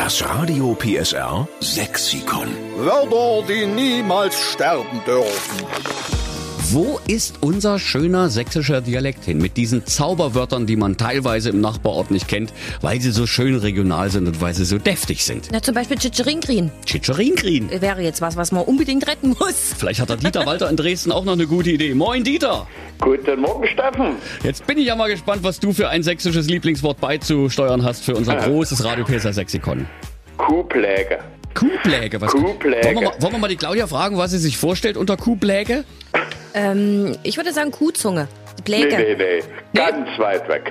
Das Radio PSR Sexikon. Wörter, die niemals sterben dürfen. Wo ist unser schöner sächsischer Dialekt hin? Mit diesen Zauberwörtern, die man teilweise im Nachbarort nicht kennt, weil sie so schön regional sind und weil sie so deftig sind. Na, zum Beispiel Tschitscherinkrin. Tschitscherinkrin. Wäre jetzt was man unbedingt retten muss. Vielleicht hat der Dieter Walter in Dresden auch noch eine gute Idee. Moin, Dieter. Guten Morgen, Steffen. Jetzt bin ich ja mal gespannt, was du für ein sächsisches Lieblingswort beizusteuern hast für unser großes Radio PSR Sexikon. Kuhpläge. Kuhpläge? Kuhpläge. Wollen wir mal die Claudia fragen, was sie sich vorstellt unter Kuhpläge? Ich würde sagen Kuhzunge. Die Pläge. Nee. Ganz weit weg.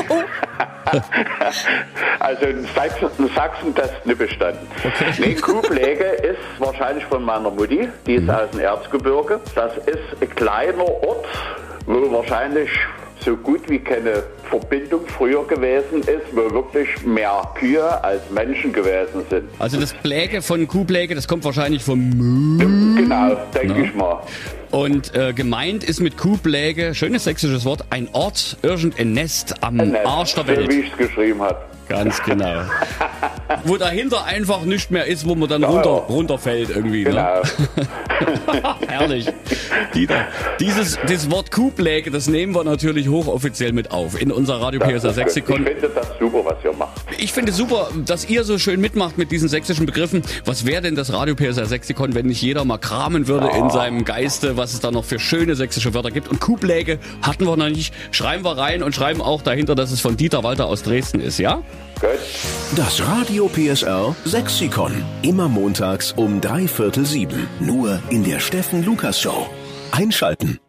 Also in Sachsen das nicht bestanden. Okay. Nee, Kuhpläge ist wahrscheinlich von meiner Mutti. Die ist aus dem Erzgebirge. Das ist ein kleiner Ort, wo wahrscheinlich so gut wie keine Verbindung früher gewesen ist, wo wirklich mehr Kühe als Menschen gewesen sind. Also das Pläge von Kuhpläge, das kommt wahrscheinlich vom Müh. Genau, denke ich mal. Und gemeint ist mit Kuhpläge, schönes sächsisches Wort, ein Ort, irgendein Nest am Arsch der Welt. So wie ich es geschrieben habe. Ganz genau. Wo dahinter einfach nichts mehr ist, wo man dann runterfällt irgendwie. Genau. Ne? Herrlich. Dieter, das Wort Kuhpläge, das nehmen wir natürlich hochoffiziell mit auf in unser Radio PSR Sexikon. Ich finde das super, was ihr macht. Ich finde super, dass ihr so schön mitmacht mit diesen sächsischen Begriffen. Was wäre denn das Radio PSR Sexikon, wenn nicht jeder mal kramen würde in seinem Geiste, was es da noch für schöne sächsische Wörter gibt? Und Kuhpläge hatten wir noch nicht. Schreiben wir rein und schreiben auch dahinter, dass es von Dieter Walter aus Dresden ist, ja? Gut. Das Radio PSR Sexikon. Immer montags um 6:45. Nur in der Steffen Lukas Show. Einschalten.